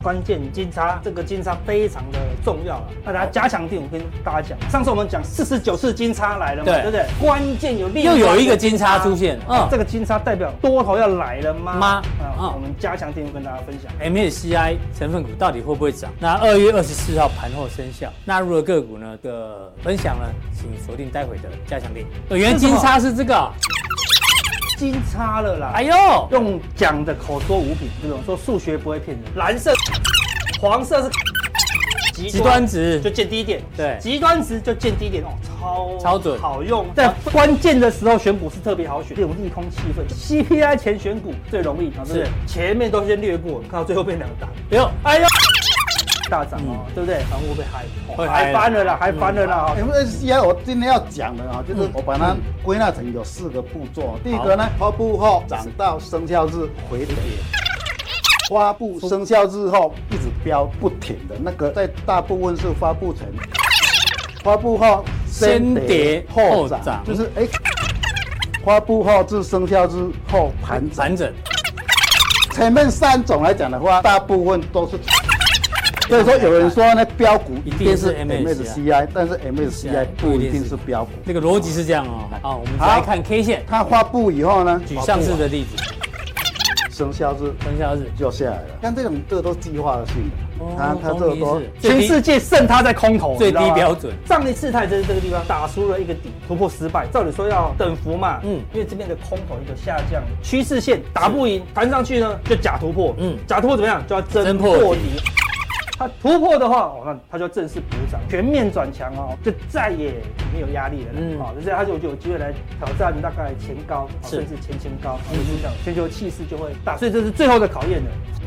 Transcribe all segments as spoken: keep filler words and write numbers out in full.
关键金叉，这个金叉非常的重要了。那大家加强定，我跟大家讲，上次我们讲四十九次金叉来了嘛，对不对？关键有另又有一个金叉出现， 嗯，这个金叉代表多头要来了吗？ 吗？ 啊，我们加强定跟大家分享 M S C I 成分股到底会不会涨？那二月二十四号盘后生效，纳入的个股呢的分享呢，请锁定待会的加强定。原来金叉是这个。 金叉了啦！ 哎呦， 用讲的口说无凭，这种说数学不会骗人。蓝色、黄色是极端值， 就见低点，对，极端值就见低点哦，超超准， 好用。在关键的时候选股是特别好选，这种利空气氛 ，C P I 前选股最容易，是前面都先略过，看到最后变两档。哎呦，哎呦！大涨哦，对不对？反正会被嗨，会嗨翻了啦，嗨翻了啦。 M S C I 我今天要讲的啊，就是我把它归纳成有四个步骤。第一个呢，发布后涨到生效日回跌，发布生效日后一直飙不停的那个，在大部分是发布成发布后先跌后涨，就是哎，发布后至生效日后盘盘整。 前面三种来讲的话，大部分都是。所以说有人说呢，标股一定是 M S C I， 但是 M S C I 不一定是标股。 这个逻辑是这样哦。好，我们来看 K 线， 它发布以后呢， 举上市的例子， 生效日， 生效日就下来了。像这种这个都计划性的，它它这个都全世界剩它在空头， 最低标准。 上一次它在这个地方打出了一个底，突破失败，照理说要等幅嘛，嗯，因为这边的空头一个下降趋势线打不赢，弹上去呢就假突破，嗯，假突破怎么样？就要真破底。它突破的话，哦，那它就正式补涨，全面转强哦，就再也没有压力了。嗯，好，所以它就就有机会来挑战大概前高，甚至前前高，就是这样，全球气势就会大，所以这是最后的考验了。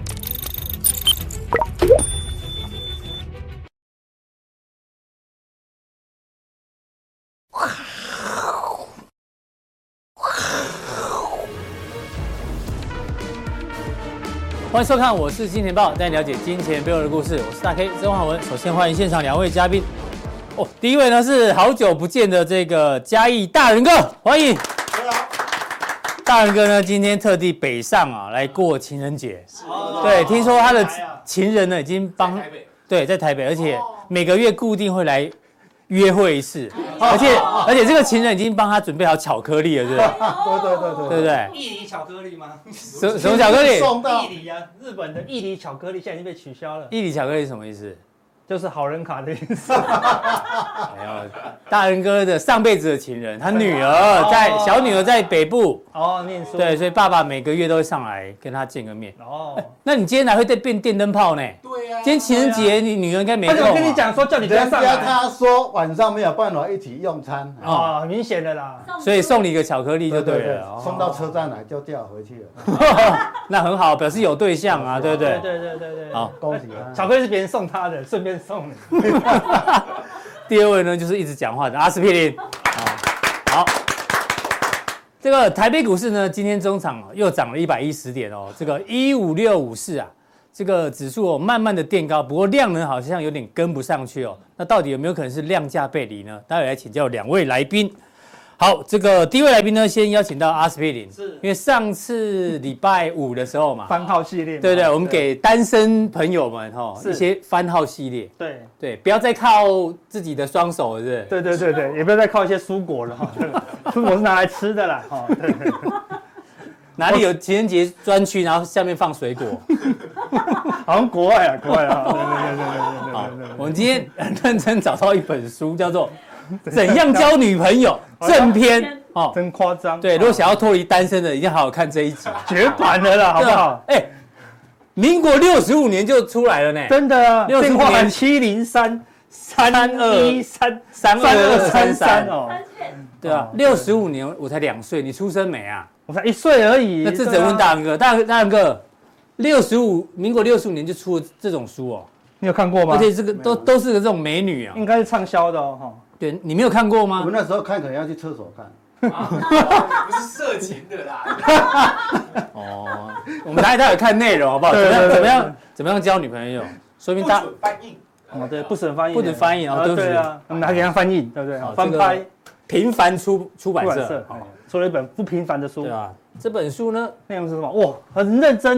欢迎收看，我是金钱豹，带你了解金钱背后的故事。我是大 K 曾焕文。首先欢迎现场两位嘉宾。哦，第一位呢是好久不见的这个嘉义大仁哥，欢迎。大仁哥呢今天特地北上啊来过情人节。对，听说他的情人呢已经帮对在台北，而且每个月固定会来约会一次，而且而且这个情人已经帮他准备好巧克力了，对不对？ 对对对对， 对不对？ 义理巧克力吗？ 什什么巧克力？ 送到义理啊，日本的义理巧克力现在已经被取消了。 义理巧克力是什么意思？ 就是好人卡的意思。 哎呦，大仁哥的上辈子的情人，他女儿在小女儿在北部哦念书， 对，所以爸爸每个月都会上来跟他见个面。 哦， 那你今天哪会变电灯泡呢？ 对呀， 今天情人节，你女儿应该没空。 他怎么跟你讲说叫你不要上来？ 他说晚上没有办法一起用餐啊，很明显的啦。 所以送你一个巧克力就对了， 送到车站来就叫回去了。 那很好，表示有对象啊，对不对？ 对对对对。 好， 恭喜他。 巧克力是别人送他的，顺便送你。 第二位呢，就是一直讲话的阿司匹林。好，这个台北股市呢，今天中场又涨了一百一十点哦，这个一五六五四啊，这个指数哦慢慢的垫高，不过量呢好像有点跟不上去哦。那到底有没有可能是量价背离呢？待会来请教两位来宾。好，这个第一位来宾呢，先邀请到阿司匹林，是因为上次礼拜五的时候嘛， 番号系列， 对对，我们给单身朋友们哈一些番号系列， 对对，不要再靠自己的双手，是不是？ 对对对对，也不要再靠一些蔬果了哈，蔬果是拿来吃的啦，哈，对。 哪里有情人节专区，然后下面放水果？ 好像国外啊，国外啊，对对对对对对。好， 我们今天很认真找到一本书，叫做《怎样交女朋友》正篇哦，真夸张。 对，如果想要脱离单身的，一定好好看这一集， 绝版了啦，好不好？ 哎，民国六十五年就出来了呢， 真的啊， 六十五年七零三三二一三三二三三哦， 对啊，六十五年我才两岁，你出生没啊？ 我才一岁而已。 那这只问大仁哥，大大仁哥，六十五民国六十五年就出了这种书哦， 你有看过吗？ 而且这个都都是这种美女啊， 应该是畅销的哦。 对，你没有看过吗？ 我们那时候看可能要去厕所看， 啊、不是色情的啦。 哦，我们待会有看内容好不好？怎么样？怎么样？怎么样交女朋友？说明大不准翻译。 哦，对，不准翻译， 不准翻译啊， 对啊，我们还给他翻译，对不对？翻拍， 平凡出出版社出了一本不平凡的书， 对啊。这本书呢， 内容是什么？哇，很认真呢。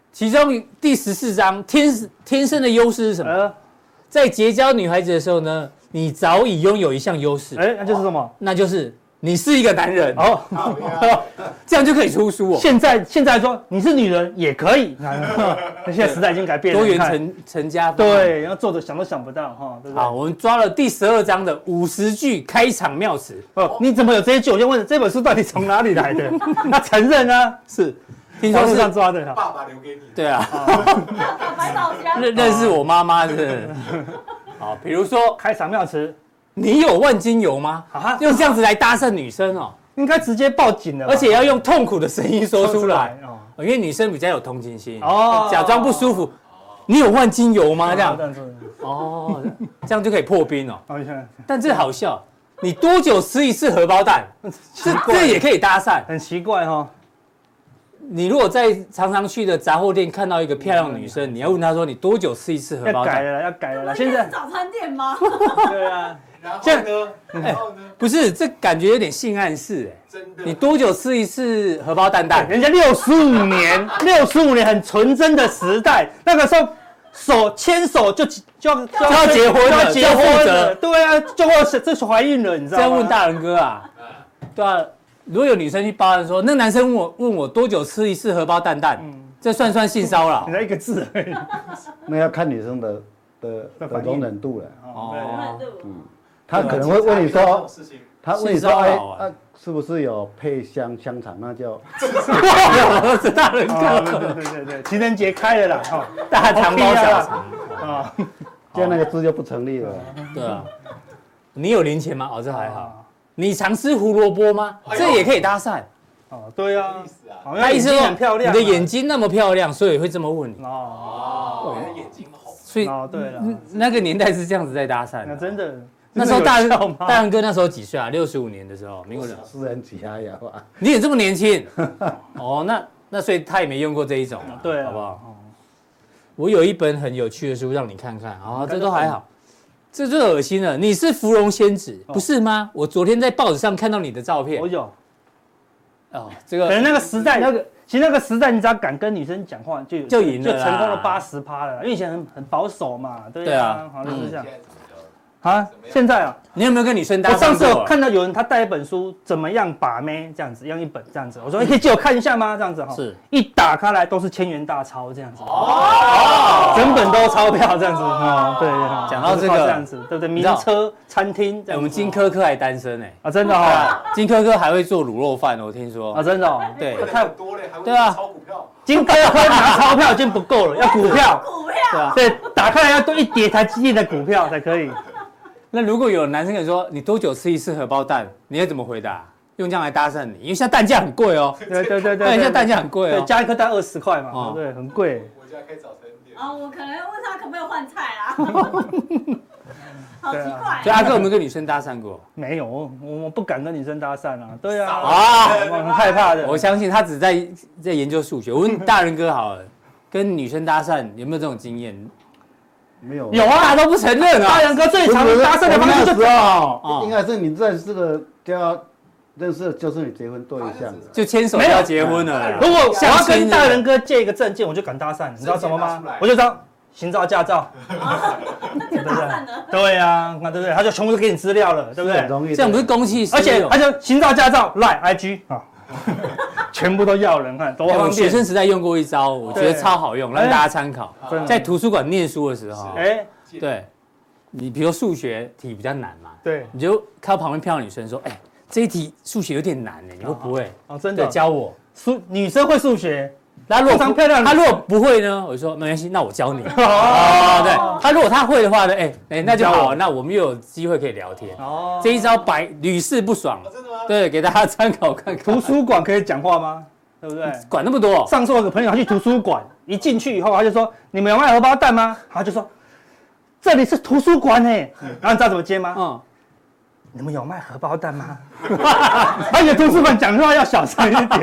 其中第十四章天天生的优势是什么？呃、在结交女孩子的时候呢，你早已拥有一项优势。 哎，那就是什么？ 那就是你是一个男人。哦，这样就可以出书哦。 现在现在说你是女人也可以，现在时代已经改变了， 多元成成家。 对，然后作者想都想不到哈，对不对？ 好，我们抓了第十二章的五十句开场妙词。 哦，你怎么有这些句？我先问，这本书到底从哪里来的？他承认啊， 是。听说是上抓的， 爸爸留给你。 对啊，认认识我妈妈是。好，比如说开场妙词， 你有万金油吗？啊，用这样子来搭讪女生哦， 应该直接报警了， 而且要用痛苦的声音说出来哦，因为女生比较有同情心哦，假装不舒服。你有万金油吗？这样哦，这样就可以破冰哦。但这好笑，你多久吃一次荷包蛋？这这也可以搭讪， 很奇怪哈。 你如果在常常去的杂货店看到一个漂亮的女生，你要问她说你多久吃一次荷包蛋？ 要改了，要改了。现在早餐店吗？ 对啊。 然后呢？然后呢？ 不是，这感觉有点性暗示哎。真的。你多久吃一次荷包蛋蛋？ 人家六十五年，六十五年很纯真的时代，那个时候手牵手就就要就要结婚了， 就要结婚了。对啊，就要这是怀孕了，你知道吗？ 这样问大人哥啊？对啊。如果有女生去报案说，那个男生问我问我多久吃一次荷包蛋蛋，嗯、这算不算性骚扰？ 你才一个字而已。 那要看女生的的的容忍度了。 哦， 嗯，他可能会问你说，他问你说，哎，啊，是不是有配香香肠？那叫哇，这大人哥， 对对对，情人节开了啦，哈， 大肠包小肠啊，这样那个字就不成立了。 对啊，你有零钱吗？哦，这还好。你常吃胡萝卜吗？这也可以搭讪。 哦，对啊， 他意思说很漂亮， 你的眼睛那么漂亮，所以会这么问你。 哦，我的眼睛红。 所以哦，对了， 那个年代是这样子在搭讪。 那真的， 那时候大大人哥那时候几岁啊？六十五年的时候，民国人。 私人挤压呀吧？ 你也这么年轻？哦，那那所以他也没用过这一种嘛？ 对， 好不好？我有一本很有趣的书让你看看啊，这都还好。这最恶心了！你是芙蓉仙子，不是吗？我昨天在报纸上看到你的照片。 我有。 哦，这个可能那个时代，那个其实那个时代，你只要敢跟女生讲话，就就赢了， 就成功了八十趴了。因为以前很很保守嘛，对啊，好像是这样。啊，现在啊， 你有没有跟女生搭讪过？ 我上次有看到有人他带一本书，怎么样把妹这样子，用一本这样子。我说你可以借我看一下吗？这样子哈。是。一打开来都是千元大钞这样子。哦。整本都钞票这样子啊，对。 讲到这个这样子，对不对？名车、餐厅， 我们金科科还单身哎。 啊，真的哈。 金科科还会做卤肉饭，我听说。 啊，真的哦。 对。 太多了，还会炒股票。 金科科拿钞票已经不够了，要股票。 股票。 对啊。对，打开来要多一叠台积电的股票才可以。 那如果有男生跟你说你多久吃一次荷包蛋，你要怎么回答？用这样来搭讪你，因为现在蛋价很贵哦。 对对对对， 现在蛋价很贵哦， 加一颗蛋二十块嘛，对，很贵。 我家开早餐店。 啊，我可能要问他可不可以换菜啊。好奇怪。 所以阿哥有没有跟女生搭讪过？ 没有，我我不敢跟女生搭讪啊。对啊。啊，我很害怕的。 我相信他只在在研究数学。我问大人哥好了，跟女生搭讪有没有这种经验？ 没有， 有啊，都不承认啊。 大人哥最常搭讪的方式就是哦，应该是你认识的就要认识的就是你结婚对象， 就牵手就要结婚了。 如果我要跟大人哥借一个证件，我就敢搭讪，你知道什么吗？我就知道行照、驾照， 对不对？ 对呀，那对不对？他就全部都给你资料了，对不对？ 这样不是公器私用？ 而且而且行照、驾照、Line、I G 啊。全部都要人看，多方便。 学生时代用过一招，我觉得超好用，让大家参考。在图书馆念书的时候，哎，对，你比如数学题比较难嘛， 对， 你就看到旁边漂亮女生说，哎，这一题数学有点难哎，你会不会？ 哦，真的， 教我。 数女生会数学， 她如果非常漂亮， 她如果不会呢，我就说没关系，那我教你。哦，对，她如果她会的话呢，哎哎，那就好，那我们又有机会可以聊天。哦，这一招百屡试不爽。真的吗？对，给大家参考看看。 图书馆可以讲话吗？对不对？ 管那么多。 上次我有个朋友他去图书馆，一进去以后他就说：“你们有卖荷包蛋吗？”他就说：“这里是图书馆哎。”然后你知道怎么接吗？嗯，你们有卖荷包蛋吗？而且图书馆讲话要小声一点。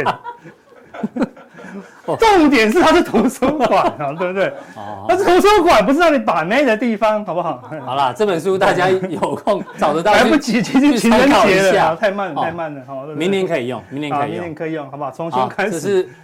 重点是它是图书馆啊，对不对？哦，它是图书馆，不是让你把妹的地方，好不好？ 好啦，这本书大家有空找得到， 来不及，其实情人节了，太慢了，太慢了，好， 明年可以用，明年可以用， 明年可以用，好不好？重新开始。 这是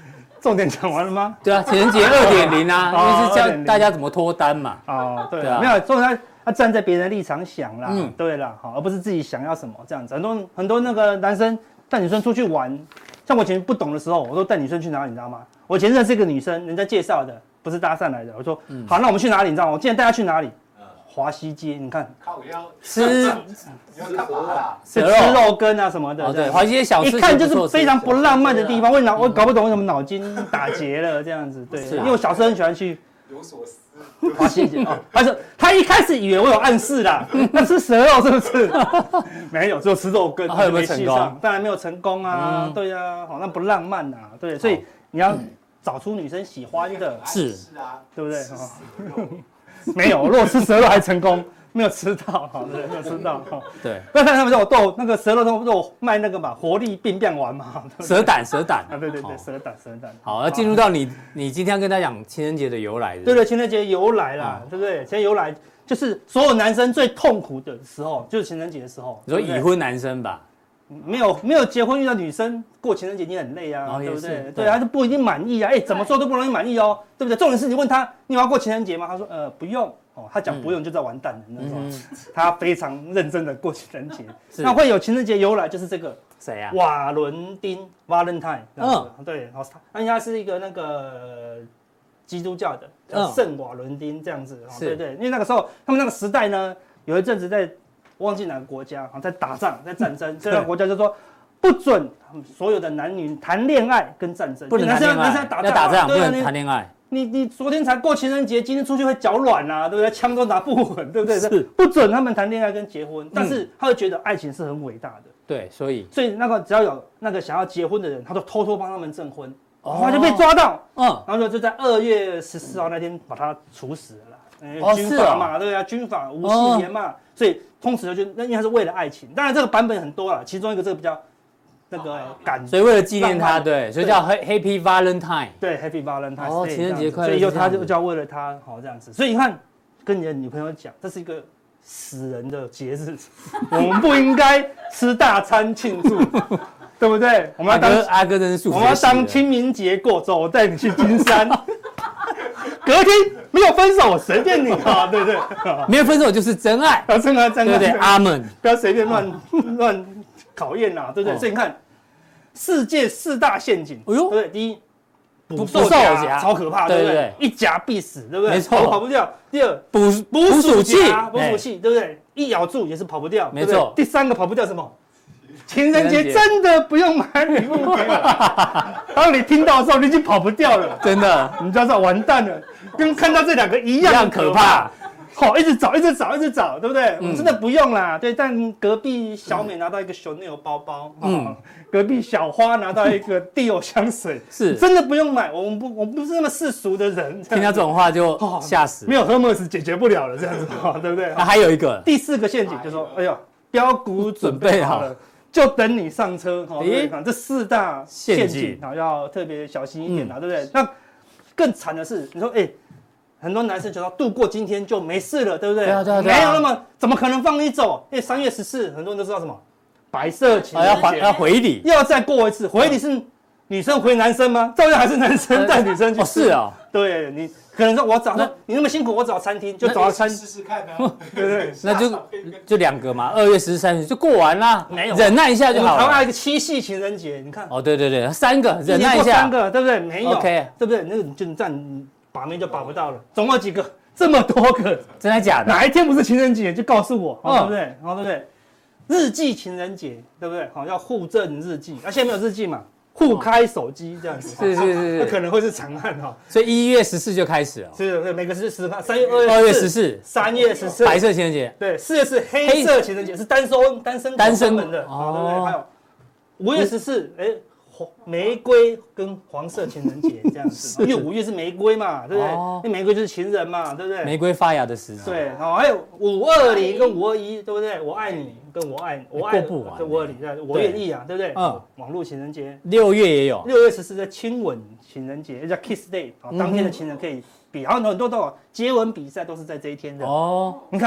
重点讲完了吗？ 对啊，情人节二点零啊，因为是教大家怎么脱单嘛。 哦，对对啊没有，重点他他站在别人的立场想啦，嗯，对啦，好，而不是自己想要什么这样子。很多很多那个男生带女生出去玩，像我以前不懂的时候，我都带女生去哪里，你知道吗？我以前认识一个女生，人家介绍的，不是搭讪来的。我说，嗯、好，那我们去哪里？你知道吗？我今天带她去哪里？华西街，你看， 靠腰吃， 你要干嘛啦？ 是吃肉羹啊什么的。 哦，对，华西街小吃一看就是非常不浪漫的地方。为脑我搞不懂为什么脑筋打结了这样子。对，因为我小时候很喜欢去有所思。 华西街哦，他说他一开始以为我有暗示啦，那吃蛇肉是不是？没有，只有吃肉羹。 他有没有成功？ 当然没有成功啊。对呀，好，那不浪漫呐。对，所以你要找出女生喜欢的， 是是啊， 对不对？没有，如果吃蛇肉还成功，没有吃到，好，对，没有吃到，哈， 对。 那看他们说我豆那个蛇肉肉卖那个嘛，活力病变丸嘛， 蛇胆，蛇胆啊，对对对，蛇胆，蛇胆。 好，要进入到你，你今天要跟大家讲情人节的由来。 对对，情人节由来啦，对不对？情人节由来就是所有男生最痛苦的时候，就是情人节的时候。 你说已婚男生吧？ 没有没有结婚遇到女生过情人节，你很累啊，对不对？对啊，就不一定满意啊，哎，怎么做都不容易满意哦，对不对？重点是你问他，你有要过情人节吗？他说，呃，不用。哦，他讲不用就知道完蛋了，那种他非常认真的过情人节。那会有情人节由来就是这个谁啊？ 瓦伦丁 （Valentine）。嗯，对，好，那他是一个那个基督教的，叫圣瓦伦丁这样子。对对，因为那个时候他们那个时代呢，有一阵子在忘记哪个国家在打仗，在战争，这个国家就说不准所有的男女谈恋爱跟战争， 不能谈恋爱，要打仗不能谈恋爱。 你你昨天才过情人节，今天出去会脚软啊，对不对？枪都拿不稳，对不对？是不准他们谈恋爱跟结婚，但是他会觉得爱情是很伟大的。 对，所以所以那个只要有那个想要结婚的人，他都偷偷帮他们证婚，然后就被抓到，嗯，然后就就在二月十四号那天把他处死了啦。哦，军法嘛，对啊，军法无戏言嘛，所以通时就那因为他是为了爱情，当然这个版本很多啦，其中一个这个比较。那个感， 所以为了纪念他，对，所以叫 Happy Valentine， 对 Happy Valentine， 哦，情人节快乐， 所以以后他就叫为了他好这样子，所以你看，跟你的女朋友讲，这是一个死人的节日，我们不应该吃大餐庆祝，对不对？我们要当阿哥真是， 我们要当清明节过，走，我带你去金山，隔天没有分手，我随便你啊，对不对？ 没有分手就是真爱， 要真爱，真爱， 对对，阿门， 不要随便乱乱考验呐，对不对？所以你看。世界四大陷阱，哎呦，对不对？第一，捕兽夹超可怕，对不对？一夹必死，对不对？ 没错， 跑不掉。第二， 捕捕鼠器， 捕鼠器，对不对？一咬住也是跑不掉， 没错。 第三个跑不掉什么？情人节真的不用买礼物给我。当你听到的时候，你已经跑不掉了， 真的， 你就知道完蛋了，跟看到这两个一样可怕。好，一直找，一直找，一直找，对不对？我们真的不用啦，对。但隔壁小美拿到一个 Chanel 包包，嗯，隔壁小花拿到一个 Dior 香水， 是真的不用买。我们不，我们不是那么世俗的人， 听到这种话就吓死。 没有 Hermes 解决不了了，这样子，对不对？ 那还有一个第四个陷阱，就说，哎呦，标股准备好了，就等你上车。好，这四大陷阱啊，要特别小心一点啊，对不对？那更惨的是，你说，哎。很多男生觉得度过今天就没事了，对不对？ 对啊，对啊， 没有那么，怎么可能放你走？因为三月十四，很多人都知道什么白色情人节， 要还要回礼， 又要再过一次。回礼是女生回男生吗？照样还是男生带女生去。 哦，是啊， 对你可能说，我找你那么辛苦，我找餐厅就找餐试试看呢， 对不对？ 那就就两个嘛，二月十三日就过完啦， 没有忍耐一下就好了。 台湾还有一个七夕情人节，你看。 哦，对对对，三个忍耐一下， 三个对不对？没有 ，OK， 对不对？那个你就这样把妹就把不到了，总共几个？这么多个， 真的假的？ 哪一天不是情人节就告诉我，对不对？好，对不对？日记情人节，对不对？好，要互赠日记，啊，现在没有日记嘛，互开手机这样子， 是是是是， 可能会是长按哈。 所以一月十四就开始了， 是，每个是十号，三月二月二月十四， 三月十四， 白色情人节， 对，四月是黑色情人节，是单身单身单身们的，好，对不对？还有五月十四，哎。玫瑰跟黄色情人节这样子，因为五月是玫瑰嘛，对不对？因为玫瑰就是情人嘛，对不对？ 玫瑰发芽的时候。 对，好，还有五二零跟五二一，对不对？我爱你跟我爱我爱过不完， 五二零，我愿意啊，对不对？嗯，网络情人节， 六月也有， 六月十四的亲吻情人节，叫 Kiss Day， 当天的情人可以比，然后很多都有接吻比赛都是在这一天的。哦，你看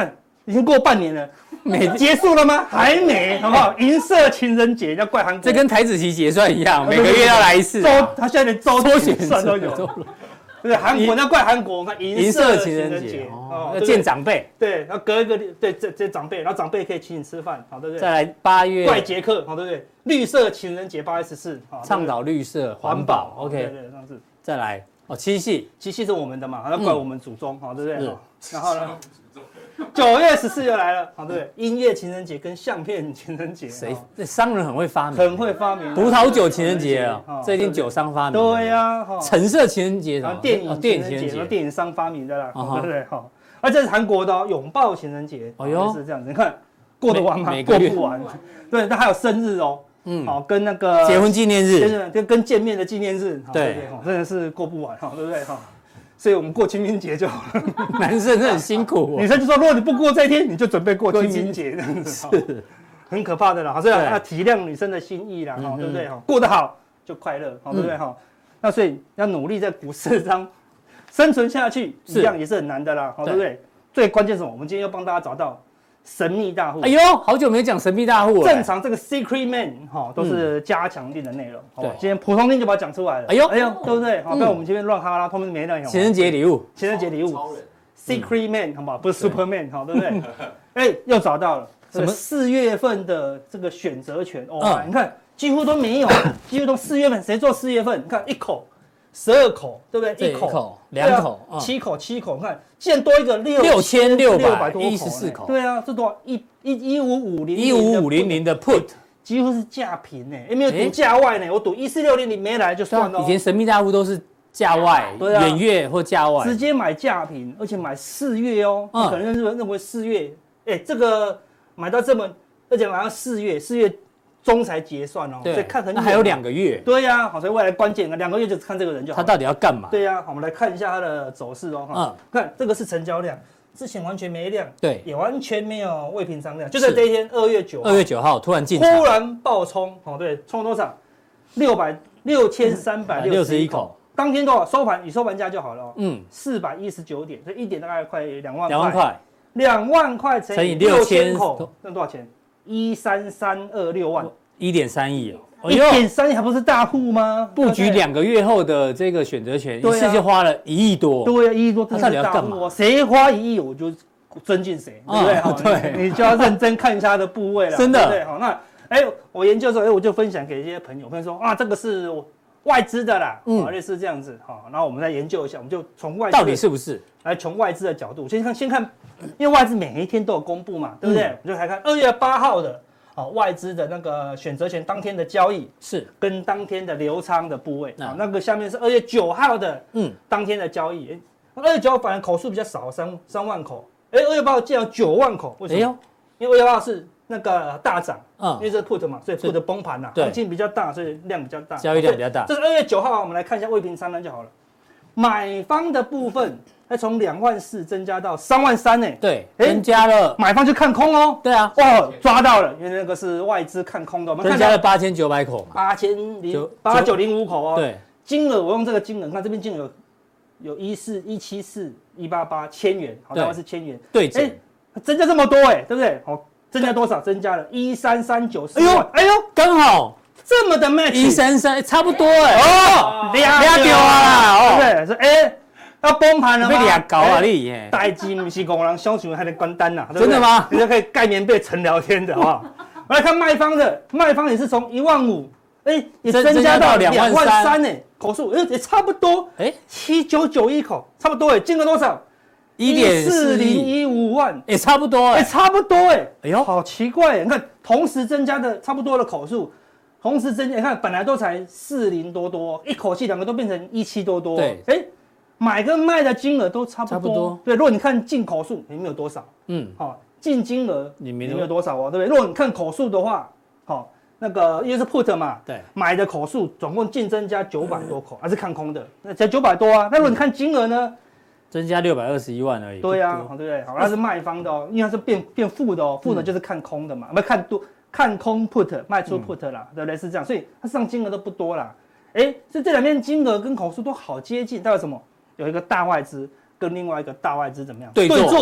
已经过半年了， 没结束了吗？还没，好不好？银色情人节要怪韩国， 这跟台子期结算一样，每个月要来一次。 周，他现在连周周选算都有。对，韩国要怪韩国，看银色情人节哦，要见长辈。 对，然后隔一个对这这长辈，然后长辈可以请你吃饭，好对不对？ 再来八月怪杰克，好对不对？绿色情人节八月十四， 倡导绿色环保 ，OK， 对对，上次再来哦，七夕， 七夕是我们的嘛，要怪我们祖宗，好对不对？然后呢，九月十四又来了，好对不对？音乐情人节跟相片情人节， 谁？这商人很会发明， 很会发明。 葡萄酒情人节啊，这一定酒商发明。 对呀， 橙色情人节， 然后电影情人节，然后电影商发明的啦，对不对？好，而这是韩国的拥抱情人节，哎呦，是这样子，你看过得完吗？过不完。对，那还有生日哦。嗯，好，跟那个结婚纪念日， 跟跟见面的纪念日，对，真的是过不完，哈，对不对？哈，所以我们过清明节就好了。 男生真的很辛苦， 女生就说，如果你不过这一天，你就准备过清明节，这样子，是很可怕的啦。所以要体谅女生的心意啦，哈，对不对？哈，过得好就快乐，好，对不对？哈，那所以要努力在股市上生存下去，一样也是很难的啦，好，对不对？最关键是什么？我们今天要帮大家找到神秘大户。 哎呦，好久没讲神秘大户了。 正常这个 secret man 哈都是加强令的内容。对，今天普通令就把它讲出来了。 哎呦， 哎呦，对不对？好，不然我们这边乱哈拉，他们没内容。 情人节礼物， 情人节礼物 ，secret man 好不好？不是 superman 好，对不对？哎，又找到了。什么？四月份的这个选择权哦，你看几乎都没有，几乎都四月份，谁做四月份？你看一口。十二口，对不对？一口、 两口、 七口、七口，看，竟然多一个六六千六百一十四口。 对啊，这多少？一一一五五零一五五零零的 put， 几乎是价平呢，也没有赌价外呢。我赌一四六零零没来就算了。 以前神秘大户都是价外、远月或价外， 直接买价平，而且买四月哦。你可能认认为四月，哎，这个买到这么，而且买到四月，四月。中才结算哦，所以看很远， 还有两个月。 对呀，好，所以未来关键啊，两个月就看这个人就好。 他到底要干嘛？ 对呀，好，我们来看一下他的走势哦。嗯，看这个是成交量，之前完全没量， 对， 也完全没有未平仓量，就在这一天，二月九， 二月九号突然进， 突然爆冲，哦，对，冲多少？六百六千三百六十一口，当天多少？收盘以收盘价就好了，嗯，四百一十九点，所以一点大概快两万， 两万块， 两万块乘以六千口，那多少钱？一三三二六万。 一点三亿哦，一点三亿还不是大户吗？ 布局两个月后的这个选择权，一次就花了一亿多。 对啊，一亿多， 他到底要干嘛？ 谁花一亿，我就尊敬谁，对不对？对，你就要认真看一下他的部位了。 真的， 对，好，那哎，我研究的时候，哎，我就分享给一些朋友，朋友说啊，这个是外资的啦，嗯，类似这样子，好，然后我们再研究一下，我们就从外资到底是不是来从外资的角度，先看先看，因为外资每一天都有公布嘛，对不对？我就来看二月八号的。好，外资的那个选择权当天的交易是跟当天的流仓的部位啊，那个下面是二月九号的，嗯，当天的交易，二月九号反而口数比较少，三三万口，哎，二月八号竟然有九万口，为什么？因为二月八号是那个大涨，嗯，因为这是 put 嘛，所以 put 崩盘啦，行情比较大，所以量比较大， 交易量比较大。 这是二月九号，我们来看一下未平仓单就好了。买方的部分，它从两万四增加到三万三呢。 对，增加了。 买方就看空哦。 对啊。 哇，抓到了，因为那个是外资看空的。我们增加了八千九百口嘛。 八千零八九零五口哦。 对。 金额我用这个金额，看这边金额有有一四一七四一八八千元，好，台湾是千元。 对。哎， 增加这么多哎，对不对？好，增加多少？增加了一三三九四万。哎呦， 刚好。 这么的 match， 一三三差不多哎， 哦，俩丢啊，对不对？说哎，要崩盘了吗？ 被俩搞啊你！ 代金不是工人，小熊还得关单呐， 真的吗？ 人家可以盖棉被纯聊天的，好不好？我来看卖方的，卖方也是从一万五，哎，也增加到两万三呢，口数哎也差不多，哎，七九九一口，差不多哎，金额多少？ 一点四零一五万， 也差不多哎， 差不多哎，哎呦，好奇怪哎，你看同时增加的差不多的口数。同时增加，你看本来都才四零多多，一口气两个都变成一七多多。 对， 哎，买跟卖的金额都差不多。差不多。对，如果你看进口数，你没有多少。嗯，好，进金额你没有多少哦，对不对？如果你看口数的话，好，那个因为是 put 嘛，对，买的口数总共净增加九百多口，还是看空的，那才九百多啊。那如果你看金额呢， 增加六百二十一万而已。 对呀，对不对？好，那是卖方的哦，因为它是变变负的哦，负的就是看空的嘛，没看多。看空 put 卖出 put 啦，对不对？是这样，所以它上金额都不多啦。哎，所以这两边金额跟口数都好接近，代表什么？有一个大外资跟另外一个大外资怎么样？ 对坐，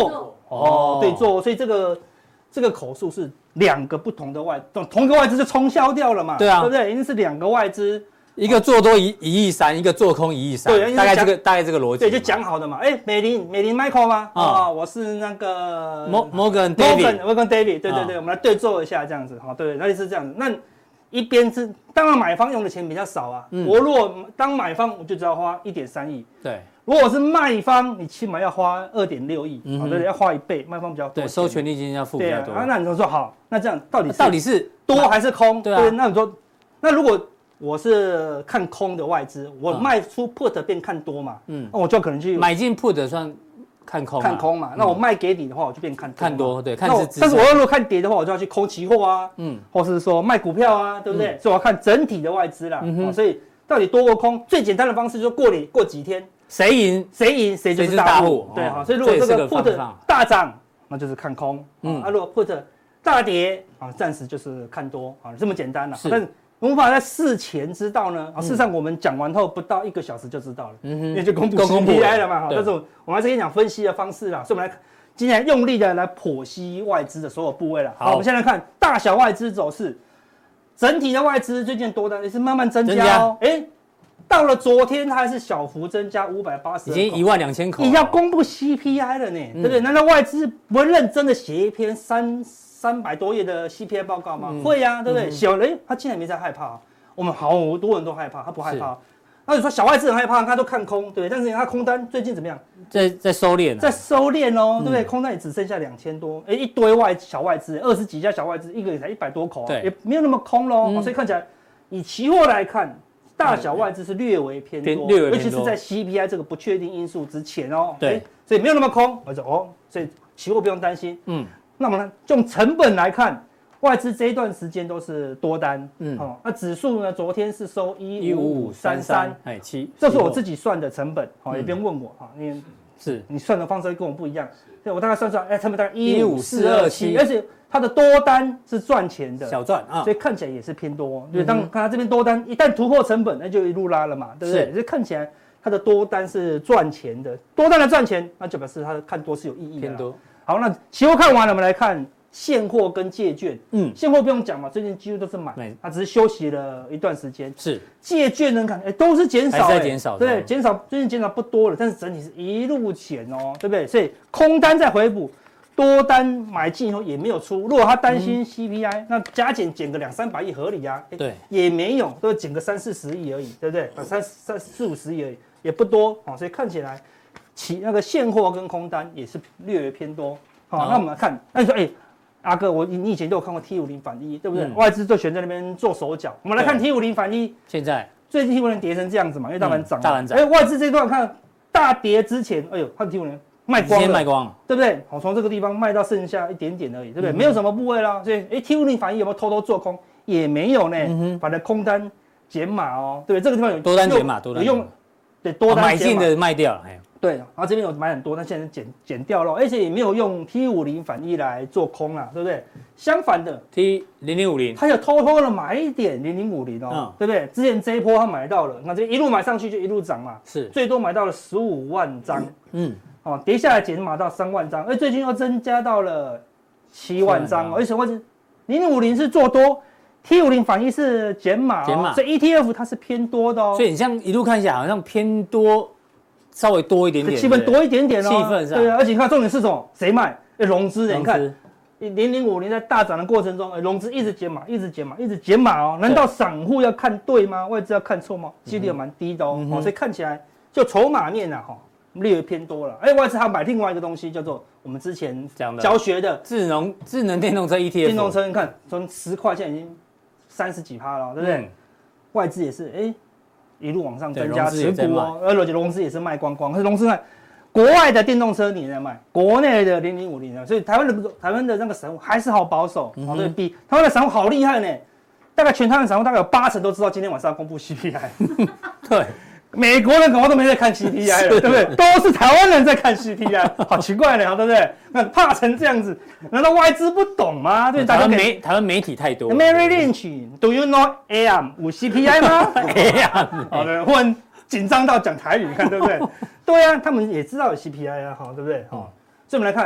哦，对做，所以这个这个口数是两个不同的外，同一个外资就冲销掉了嘛， 对啊， 对不对？一定是两个外资。 一个做多一一亿三，一个做空一亿三，对，大概这个大概这个逻辑， 对，就讲好的嘛。哎，美林美林 Michael 吗？啊，我是那个 Morgan David Morgan David， 对对对，我们来对做一下这样子，哈，对，那就是这样子。那一边是当然买方用的钱比较少啊，我如果当买方，我就只要花一点三亿， 对。 如果我是卖方，你起码要花二点六亿，对对，要花一倍，卖方比较多， 对，收权利金要付比较多。 啊，那你就说好，那这样到底到底是多还是空？ 对啊， 那你说，那如果我是看空的外资，我卖出 put 变看多嘛，嗯，那我就可能去买进 put 算看空， 看空嘛。那我卖给你的话，我就变看多看多，对，看是。 但是我要如果看跌的话，我就要去空期货啊，嗯，或是说卖股票啊，对不对？所以我要看整体的外资啦，所以到底多或空，最简单的方式就是过年过几天， 谁赢谁赢谁就是大户，对哈。所以如果这个 put 大涨，那就是看空，嗯，啊，如果 put 大跌啊，暂时就是看多啊，这么简单了。但是无法在事前知道呢？啊，事实上我们讲完后不到一个小时就知道了，嗯哼，因为就公布 C P I 了嘛。哈，但是我们还是跟你讲分析的方式啦，所以我们来今天用力的来剖析外资的所有部位了。好，我们现在看大小外资走势，整体的外资最近多单也是慢慢增加哦。哎，到了昨天它还是小幅增加五百八十， 已经一万两千口， 你要公布 C P I 了呢，对不对？难道外资不认真的写一篇三？三百多页的 C P I 报告吗？嗯、会呀、啊，对不对？嗯、小雷他竟然没在害怕、啊，我们好多人都害怕，他不害怕。那你说小外资很害怕，他都看空，对不对？但是他空单最近怎么样？ 在在收敛、啊， 在收敛哦，对不对？嗯、空单也只剩下两千多，哎，一堆外小外资，二十几家小外资，一个也才一百多口、啊，也没有那么空喽、嗯哦。所以看起来，以期货来看，大小外资是略微偏多， 略微偏多， 尤其是在 C P I 这个不确定因素之前哦。对，所以没有那么空。我说哦，所以期货不用担心。嗯。那么呢，用成本来看，外资这一段时间都是多单，嗯，哦，那指数呢，昨天是收一五五三三，哎七，这是我自己算的成本，好、哦，也不用问我哈，因为是你算的方式跟我不一样，对我大概算出来，哎，成本大概一五四二七，而且它的多单是赚钱的， 小赚啊， 所以看起来也是偏多，对，当看它这边多单一旦突破成本，那就一路拉了嘛，对不对？所以看起来它的多单是赚钱的，多单的赚钱，那就表示它的看多是有意义的，偏多。好，那期货看完了，我们来看现货跟借券。嗯，现货不用讲嘛，最近几乎都是买，它只是休息了一段时间。是借券能看，哎，都是减少， 还在减少， 对，减少，最近减少不多了，但是整体是一路减哦，对不对？所以空单在回补，多单买进以后也没有出。如果他担心 C P I，、嗯、那加减减个两三百亿合理啊？对，也没有，都减个三四十亿而已，对不对？三三四五十亿而已，也不多哦，所以看起来。其那个现货跟空单也是略微偏多，好、哦，那我们来看，那你说，哎、欸，阿哥，我你以前都有看过 T 五十反一，对不对？嗯、外资就选在那边做手脚，我们来看 T 五十反一， 现在最近 T 五十跌成这样子嘛，因为大盘涨、嗯， 大盘涨， 哎、欸，外资这段看大跌之前，哎呦，它 T 五十卖光了， 卖光了， 对不对？好，从这个地方卖到剩下一点点而已，对不对？嗯、没有什么部位啦，所以，哎、欸、，T 五十反一有没有偷偷做空？也没有呢，嗯、把它空单减码哦，对不对？这个地方有多单减码，多单用，对，多单、哦、 买进的卖掉了，哎。 对，然后这边有买很多，但现在减减掉了，而且也没有用 T 五十反一来做空啊，对不对？相反的 ，T 零零五零， 他有偷偷的买一点零零五零哦，嗯、对不对？之前这一波他买到了，那这一路买上去就一路涨嘛，是最多买到了十五万张，嗯，嗯哦，跌下来减码到三万张，而最近又增加到了七万张，而且我是零零五零是做多。T 五十反一是减码、哦，减码，所以 E T F 它是偏多的哦。 所以你像一路看起来好像偏多。稍微多一点点， 气氛多一点点哦， 气氛上， 对啊，而且你看重点是什么？谁卖？融资，你看，零零五零在大涨的过程中，融资一直减码，一直减码，一直减码哦。难道散户要看对吗？外资要看错吗？几率也蛮低的哦，嗯、哦，所以看起来就筹码面啊，哈，略微偏多了。哎，外资还买另外一个东西，叫做我们之前讲的教学的智能智能电动车 E T F， 电动车你看从十块现在已经三十几趴了，对不对？嗯、外资也是，哎。一路往上增加持股哦，而且融资也是卖光光。可是融资卖，国外的电动车你也在卖，国内的零零五零啊，所以台湾的台湾的那个散户还是好保守，嗯、哦，对比台湾的散户好厉害呢。大概全台湾散户大概有八成都知道今天晚上要公布 C P I， 对，美国人恐怕都没在看 C P I 了，对不对？都是台湾人在看 C P I， 好奇怪呢，对不对？那怕成这样子，难道外资不懂吗？对， 台湾媒台湾媒体太多。 Mary Lynch，Do you know A M 有 C P I 吗 ？A M， 好的，忽然紧张到讲台语，你看对不对？对啊，他们也知道有 C P I 啊，好，对不对？好，所以我们来看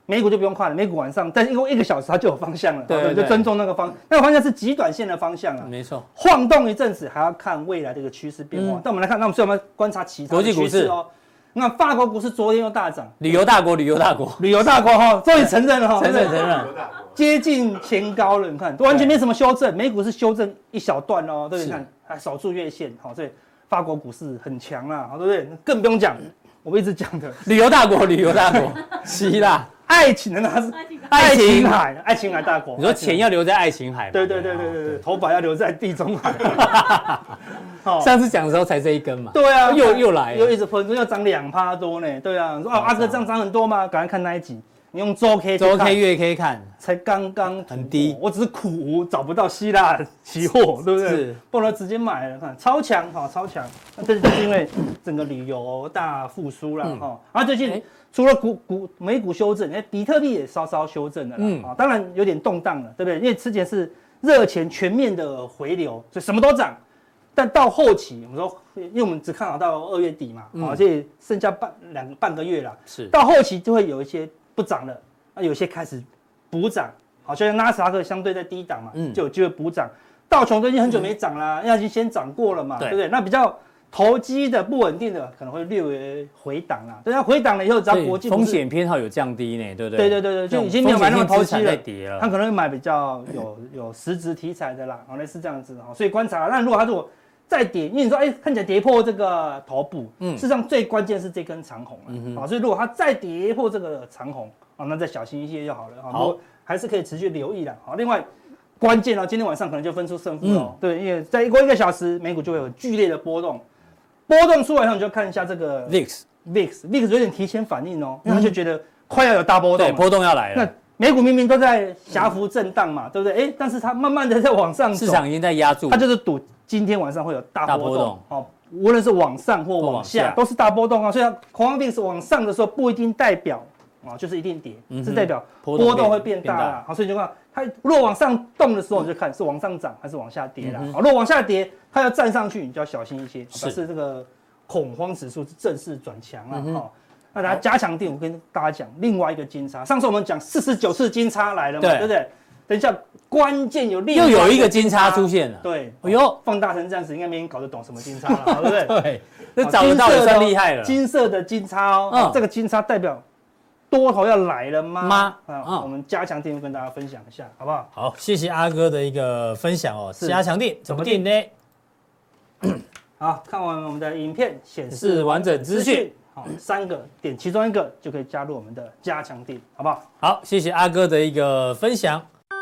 美股就不用看了，美股晚上，但是因为一个小时它就有方向了， 对对就尊重那个方，那个方向是极短线的方向啊， 没错， 晃动一阵子还要看未来的一个趋势变化。但我们来看，那我们所以我们观察其他国际股市哦。那法国股市昨天又大涨， 旅游大国，旅游大国， 旅游大国哈，终于承认了哈， 承认承认， 接近前高了，你看完全没什么修正，美股是修正一小段哦，对不对？你看还守住月线，好，所以法国股市很强啦，好，对不对？更不用讲，我们一直讲的旅游大国，旅游大国，希腊， 爱情的那是爱情海，爱琴海大国。 你说钱要留在爱琴海， 对对对对对对，头发要留在地中海。 上次讲的时候才这一根嘛， 对啊， 又又来， 又一直喷，要涨两趴多呢。对啊，说哦阿哥这样涨很多吗？赶快看那一集，你用周 K 周 K 月 K 看， 才刚刚很低。 我只是苦无找不到希腊期货，对不对？ 是， 不然直接买了，看超强哈，超强。那这就是因为整个旅游大复苏了哈。然后最近除了股股美股修正，哎，比特币也稍稍修正了啦。啊，当然有点动荡了，对不对？因为之前是热钱全面的回流，所以什么都涨。但到后期，我们说，因为我们只看好到二月底嘛，啊，所以剩下半两半个月啦。 是， 到后期就会有一些不涨了，那有些开始补涨，好，就像纳斯达克相对在低档嘛，嗯，就有机会补涨。道琼最近很久没涨啦，因为已经先涨过了嘛，对不对？那比较投机的、不稳定的，可能会略微回档啦。对，它回档了以后，只要国际风险偏好有降低呢，对不对？对对对对，就已经没有买那么投机了， 跌了。 他可能会买比较有有实质题材的啦，好，类似这样子哈。所以观察，那如果他如果再跌，因为你说，哎，看起来跌破这个头部，嗯，事实上最关键是这根长红了，嗯，啊，所以如果它再跌破这个长红，啊，那再小心一些就好了，好，还是可以持续留意的，好，另外关键哦，今天晚上可能就分出胜负了，对，因为再过一个小时，美股就会有剧烈的波动，波动出来后你就看一下这个 V I X，V I X，V I X 有点提前反应哦，因为他就觉得快要有大波动， 对，波动要来了。 那美股明明都在狭幅震荡嘛，对不对？哎，但是它慢慢的在往上走， 市场已经在压住， 它就是赌今天晚上会有大波动，哦，无论是往上或往下，都是大波动啊。所以恐慌 V I X 往上的时候，不一定代表啊就是一定跌，是代表波动会变大啦。好，所以就看它如果往上动的时候，你就看是往上涨还是往下跌啦。好，如果往下跌，它要站上去，你就要小心一些，表示这个恐慌指数是正式转强了哈。那大家加强定，我跟大家讲另外一个金叉。上次我们讲四十九次金叉来了嘛，对不对？等一下，关键有另又有一个金叉出现了。 对， 哎呦， 放大成这样子，应该没人搞得懂什么金叉了，对不对？ 对，这找得到也算厉害了。 金色的金叉哦，这个金叉代表多头要来了吗？ 吗？ 啊，我们加强定跟大家分享一下，好不好？ 好，谢谢阿哥的一个分享哦。加强定怎么定呢？ 好，看完我们的影片，显示完整资讯。好，三个点其中一个就可以加入我们的加强定，好不好？ 好，谢谢阿哥的一个分享。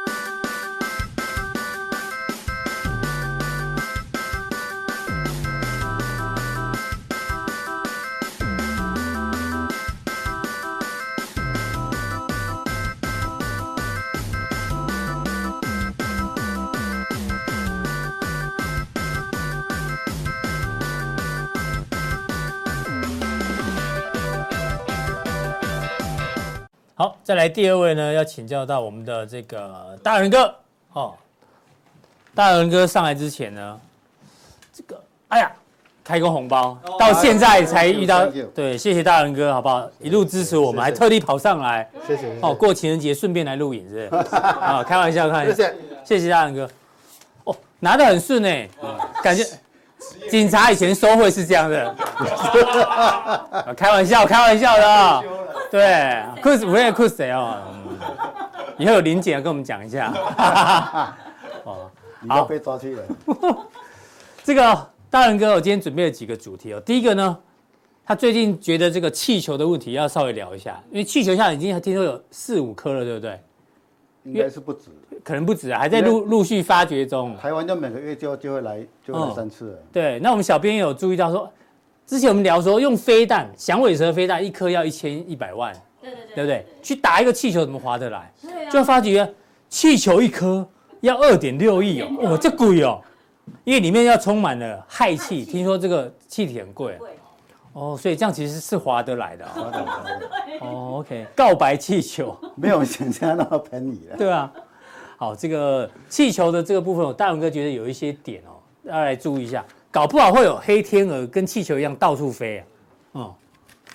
好，再来第二位呢，要请教到我们的这个大人哥哦。大人哥上来之前呢，这个哎呀，开个红包，哦、到现在才遇到，对，谢谢大人哥，好不好？一路支持我们，还特地跑上来， 谢谢。 哦，过情人节顺便来录影，是不是？啊，开玩笑，开玩笑，谢谢，谢谢大人哥。哦，拿得很顺哎，感觉警察以前收贿是这样的，开玩笑，开玩笑的啊。对，酷死，我也酷死哦！以后有林检跟我们讲一下。 哦，你要被抓去了。 这个大人哥，我今天准备了几个主题哦。第一个呢，他最近觉得这个气球的问题要稍微聊一下，因为气球现在已经听说有四五颗了，对不对？ 应该是不止， 可能不止啊，还在陆陆续发掘中。 台湾就每个月就就会来，就会来三次了。 对，那我们小编也有注意到说。之前我们聊说，用飞弹响尾蛇飞弹一颗要一千一百万， 对对对， 对不对？去打一个气球怎么划得来？对啊，就发觉气球一颗要二点六亿哦，哦，这贵哦，因为里面要充满了氦气，听说这个气体很贵，哦，所以这样其实是划得来的啊。哦 ，OK， 告白气球没有想象那么便宜了。 对啊，好，这个气球的这个部分，大勇哥觉得有一些点哦，要来注意一下。搞不好会有黑天鹅跟气球一样到处飞啊，哦，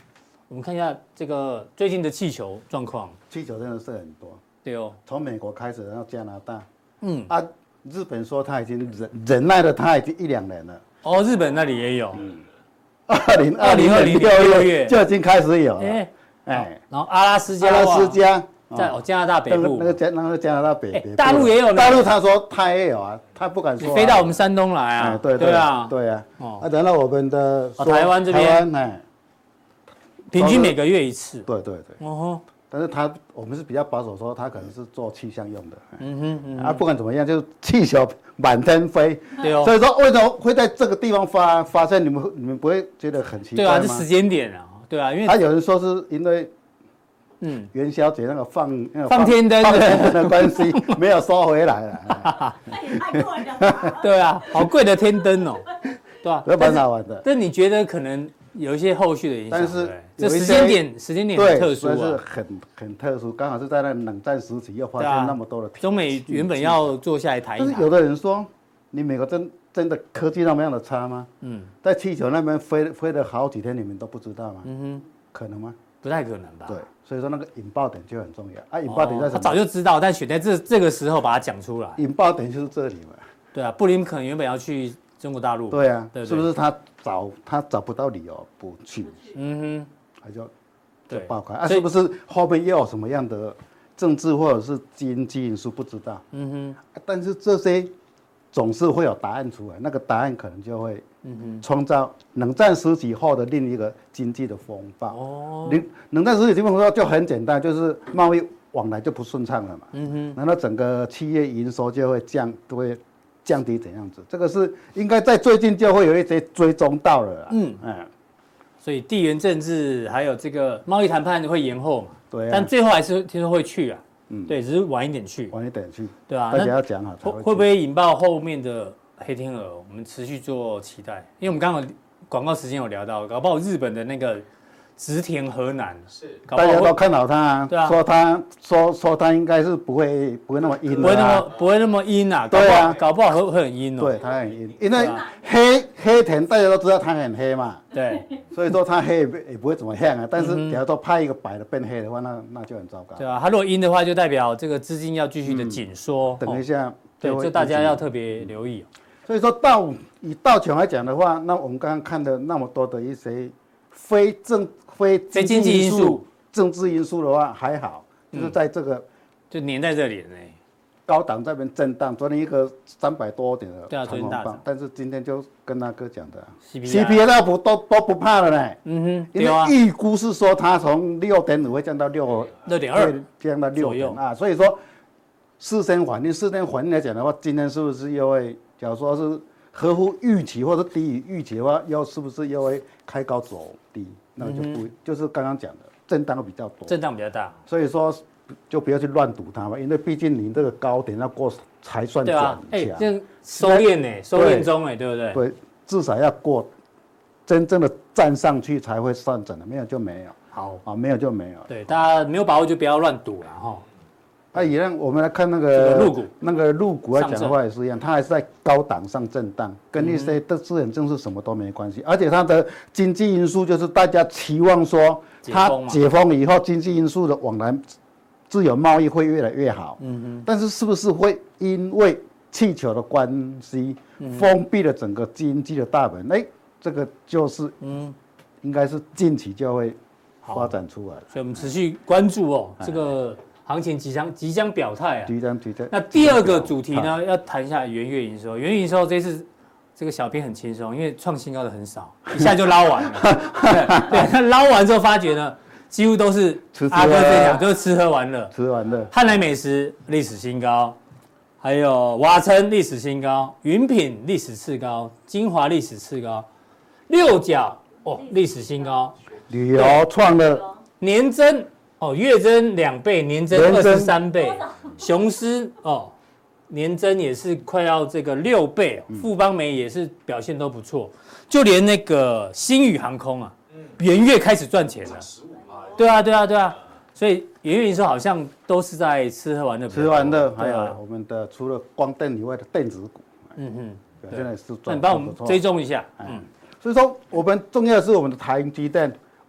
我们看一下这个最近的气球状况。 气球真的是很多。 对哦， 从美国开始，然后加拿大， 嗯啊，日本说他已经忍忍耐了，他已经一两年了。 哦，日本那里也有。 二零二零年六月就已经开始有了。哎哎，然后阿拉斯加， 阿拉斯加在哦加拿大北部， 那个加那个加拿大北北， 大陆也有。 大陆他说他也有啊，他不敢说。 飞到我们山东来啊？ 对对啊， 对啊。哦，啊，然后我们的台湾这边， 台湾哎， 平均每个月一次。 对对对。哦。但是他我们是比较保守，说他可能是做气象用的。嗯哼嗯。啊，不管怎么样，就是气球满天飞。对哦。所以说，为什么会在这个地方发发生？你们你们不会觉得很奇怪吗？ 对啊，这时间点啊，对啊，因为他有人说是因为，嗯，元宵节那个放那个放天灯的关系，没有收回来了。 太贵了。 对啊，好贵的天灯哦，对吧？ 都蛮好玩的。 但你觉得可能有一些后续的影响？ 但是这时间点时间点很特殊啊， 是很很特殊，刚好是在那冷战时期又发生那么多的。 中美原本要坐下来谈一谈， 但是有的人说，你美国真真的科技那么样的差吗？嗯，在气球那边飞飞了好几天，你们都不知道吗？嗯哼，可能吗？ 不太可能吧？ 对，所以说那个引爆点就很重要啊。引爆点在什么？ 他早就知道，但选在这这个时候把它讲出来。 引爆点就是这里嘛。 对啊，布林肯原本要去中国大陆。 对啊，是不是他找他找不到理由不去？嗯哼，他就就爆开啊？是不是后面又有什么样的政治或者是经济因素不知道？嗯哼，但是这些总是会有答案出来，那个答案可能就会创造冷战时期后的另一个经济的风暴。哦，冷冷战时期基本上就很简单，就是贸易往来就不顺畅了嘛。嗯哼，然后整个企业营收就会降，都会降低怎样子？这个是应该在最近就会有一些追踪到了。嗯嗯， 所以地缘政治还有这个贸易谈判会延后嘛？ 对、啊， 但最后还是听说会去啊。嗯，对，只是晚一点去， 晚一点去， 对啊， 大家要讲好。 会会不会引爆后面的黑天鹅？我们持续做期待，因为我们刚刚广告时间有聊到，搞不好日本的那个植田河南是， 大家都看好他啊，对啊，说他说说他应该是不会不会那么阴、啊， 不会那么不会那么阴啊， 对啊， 搞不好会会很阴哦， 对，他很阴，因为黑、啊、黑田大家都知道他很黑嘛， 对， 所以说他黑也不会怎么样啊，但是假如说派一个白的变黑的话，那那就很糟糕。 对啊，他如果阴的话，就代表这个资金要继续的紧缩、 嗯。等一下， 对，就大家要特别留意。 所以说道以道琼来讲的话，那我们刚刚看的那么多的一些非正非非经济因素、 政治因素的话还好，就是在这个、嗯、 就粘在这里呢。 高档这边震荡，昨天一个三百多点的长红棒， 但是今天就跟那哥讲的 C P I 那不都都不怕了呢。 嗯哼， 因为预估是说它从六点五会降到六六点二， 降到六点啊，所以说事先反应，事先反应来讲的话，今天是不是又会，假如说是合乎预期或者低于预期的话，又是不是又会开高走低？那就不、嗯、就是刚刚讲的震荡比较多， 震荡比较大， 所以说。就不要去乱赌它嘛，因为毕竟你这个高点要过才算转强。 哎，这样收敛呢，收敛中哎，对不对？ 对，至少要过，真正的站上去才会上涨的，没有就没有。 好啊，没有就没有。 对，大家没有把握就不要乱赌了哈。 啊，一样，我们来看那个陆股，那个陆股来讲的话也是一样，它还是在高档上震荡，跟一些的资本政策什么都没关系，而且它的经济因素就是大家期望说它解封以后经济因素的往来。自由贸易会越来越好，嗯嗯，但是是不是会因为气球的关系，封闭了整个经济的大门？哎，这个就是嗯，应该是近期就会发展出来。 所以我们持续关注哦，这个行情即将即将表态啊， 即将即将。 那第二个主题呢，要谈一下元月营收。元月营收这次这个小编很轻松，因为创新高的很少，一下就捞完了。对，对，捞完之后发觉呢。几乎都是阿哥这样，就是吃喝玩乐。 吃喝玩乐。 汉来美食历史新高，还有瓦城历史新高，云品历史次高，金华历史次高，六角哦历史新高， 旅游创了年增哦月增两倍，年增二十三倍，雄狮哦年增也是快要这个六倍，富邦美也是表现都不错，就连那个星宇航空啊，元月开始赚钱了。对啊，对啊，对啊，所以元月营收好像都是在吃喝玩乐。 吃喝玩乐，还有我们的除了光电以外的电子股，嗯哼，现在是赚。 那你帮我们追踪一下，嗯， 所以说我们重要的是我们的台积电，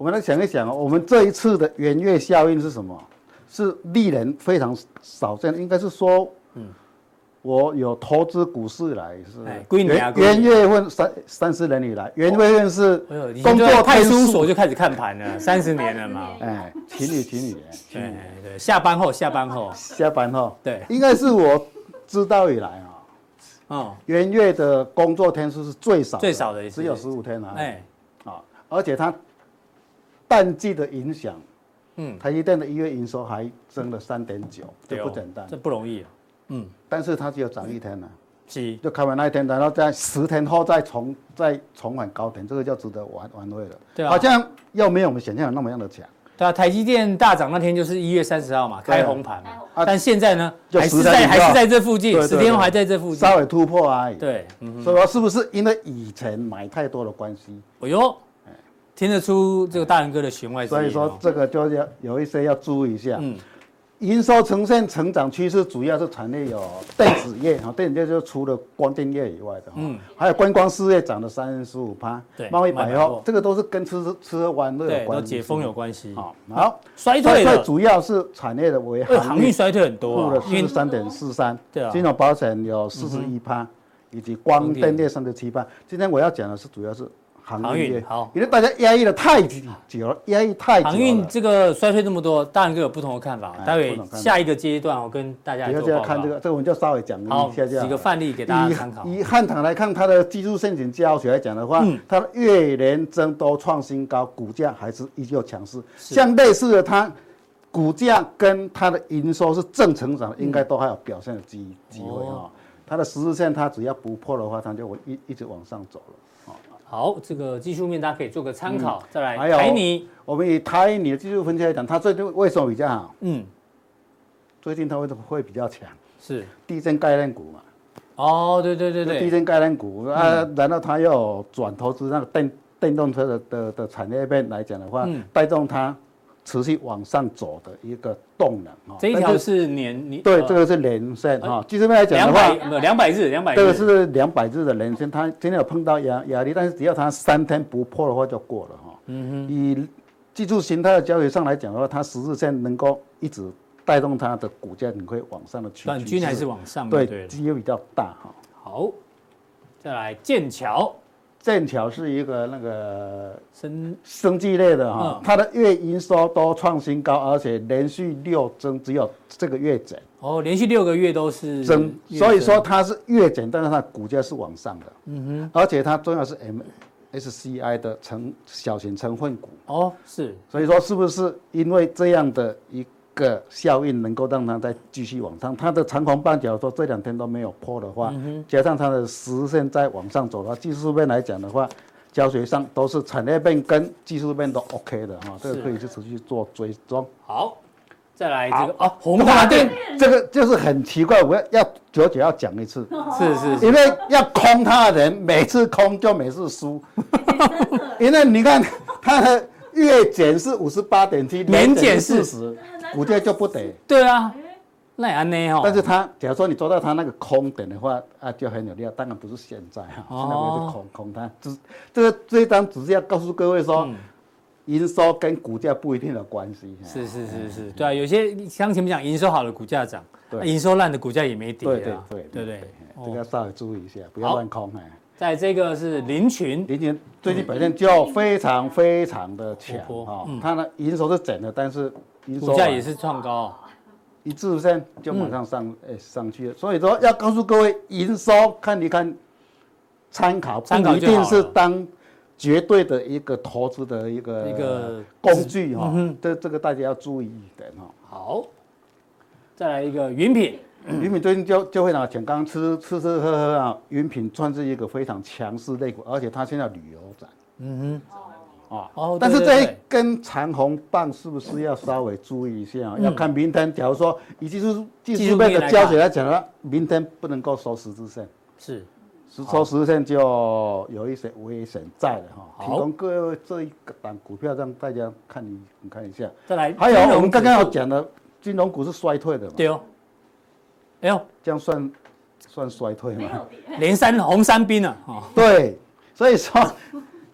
我们来想一想哦，我们这一次的元月效应是什么？是历人非常少见，应该是说，嗯，我有投资股市来是元元月份三三十年以来，元月份是工作派出所就开始看盘了，三十年了嘛。 哎，情侣情侣， 对对，下班后下班后下班后， 对， 应该是我知道以来啊，哦，元月的工作天数是最少最少的， 只有十五天啊，哎，啊，而且它淡季的影响。嗯，台积电的一月营收还增了三点九，这不简单， 这不容易啊。嗯， 但是它只有涨一天了， 是， 就开完那一天，然后在十天后再重再重返高点，这个就值得玩玩味了。对啊，好像又没有我们想象的那么样的强。 对啊，台积电大涨那天就是一月三十号嘛，开红盘嘛。啊，但现在呢，还是在还是在这附近，十天后还在这附近， 稍微突破而已。 对， 所以说是不是因为以前买太多的关系？ 哎呦。听得出这个大仁哥的弦外之音， 所以说这个就要有一些要注意一下。嗯，营收呈现成长趋势，主要是产业有电子业哈，电子业就除了光电业以外的，嗯，还有观光事业涨了三十五趴，对，贸易百货这个都是跟吃吃喝玩乐有关系， 都解封有关系。 好，好， 衰退了， 主要是产业的为航运衰退很多， 负了四十三点四三，对啊，金融保险有四十一趴，以及光电业三十七趴。今天我要讲的是主要是。航运好，因为大家压抑的太久了，压抑太久了。 航运这个衰退这么多，大仁哥有不同的看法。待会下一个阶段，我跟大家做报告。 看这个，这个我们就稍微讲一下好，几个范例给大家参考。 以汉唐来看，它的技术陷阱教学来讲的话，它的月年增都创新高，股价还是依旧强势。像类似的，它股价跟它的营收是正成长，应该都还有表现的机机会啊。它的十日线，它只要不破的话，它就会一一直往上走了。 好，这个技术面大家可以做个参考。嗯、再来，还有台泥， 我们以台泥的技术分析来讲，它最近为什么比较好？嗯，最近它会会比较强， 是地震概念股嘛？ 哦，对对对对， 地震概念股啊，然后它又转投资那个电电动车的的的产业面来讲的话，嗯、带动它持续往上走的一个动能哈。 这一条是年年对，这个是年线哈。技术面来讲的话， 两百两百日，两百日， 这个是两百日的年线，它今天有碰到压压力，但是只要它三天不破的话就过了哈。嗯哼。以技术形态的交易上来讲的话，它十日线能够一直带动它的股价，你会往上的趋势。 短均还是往上？ 对，机会比较大哈。 好，再来剑桥。 剑桥是一个那个生生技类的哈，嗯、它的月营收都创新高，而且连续六增，只有这个月减。 哦，连续六个月都是增，所以说它是月减，但是它的股价是往上的。嗯哼，而且它重要是 M S C I 的成小型成分股。 哦，是， 所以说是不是因为这样的一个效应能够让它再继续往上？它的长虹半角说这两天都没有破的话，嗯、加上它的十日线再往上走的话，技术面来讲的话，教学上都是产业面跟技术面都 OK 的哈，这个可以去持续做追踪。 好，再来这个哦，宏达电， 这个就是很奇怪，我要要久久要讲一次， 是是是， 因为要空它的人每次空就每次输，因为你看它的月减是五十八点七， 年减是四十。股价就不得， 对啊，那也安内哦。 但是它假如说你做到它那个空点的话，啊就很有料。当然不是现在哈，现在我是空空它。只这个这一张只是要告诉各位说，嗯、营收跟股价不一定有关系。 是是是是，对啊，有些像前面讲，营收好的股价涨，营收烂的股价也没跌。 对对对对对， 这个要稍微注意一下，不要乱空哎。 在这个是林群， 林群最近表现就非常非常的强哈，它的营收是整的，但是。 股价也是创高， 一至线就马上上诶、嗯欸、上去了，所以说要告诉各位，营收看一看，参考，不一定是当绝对的一个投资的一个一个工具哈，嗯、这这个大家要注意一点哈。 好，再来一个云品， 云品最近就就非常强，刚刚吃吃吃喝喝啊，云品算是一个非常强势类股，而且它现在旅游展，嗯哼。啊，哦，但是这一根长红棒是不是要稍微注意一下啊？嗯、要看明天，假如说以技术技术面的教学来讲的话，明天不能够收十字线， 是， 收十字线就有一些危险在了哈。提供各位这一个档股票让大家看一看一下。 再来， 还有我们刚刚有讲的金融股是衰退的嘛？ 对哦。哎呦， 这样算算衰退吗？ 连三红三兵啊！哦， 对，所以说。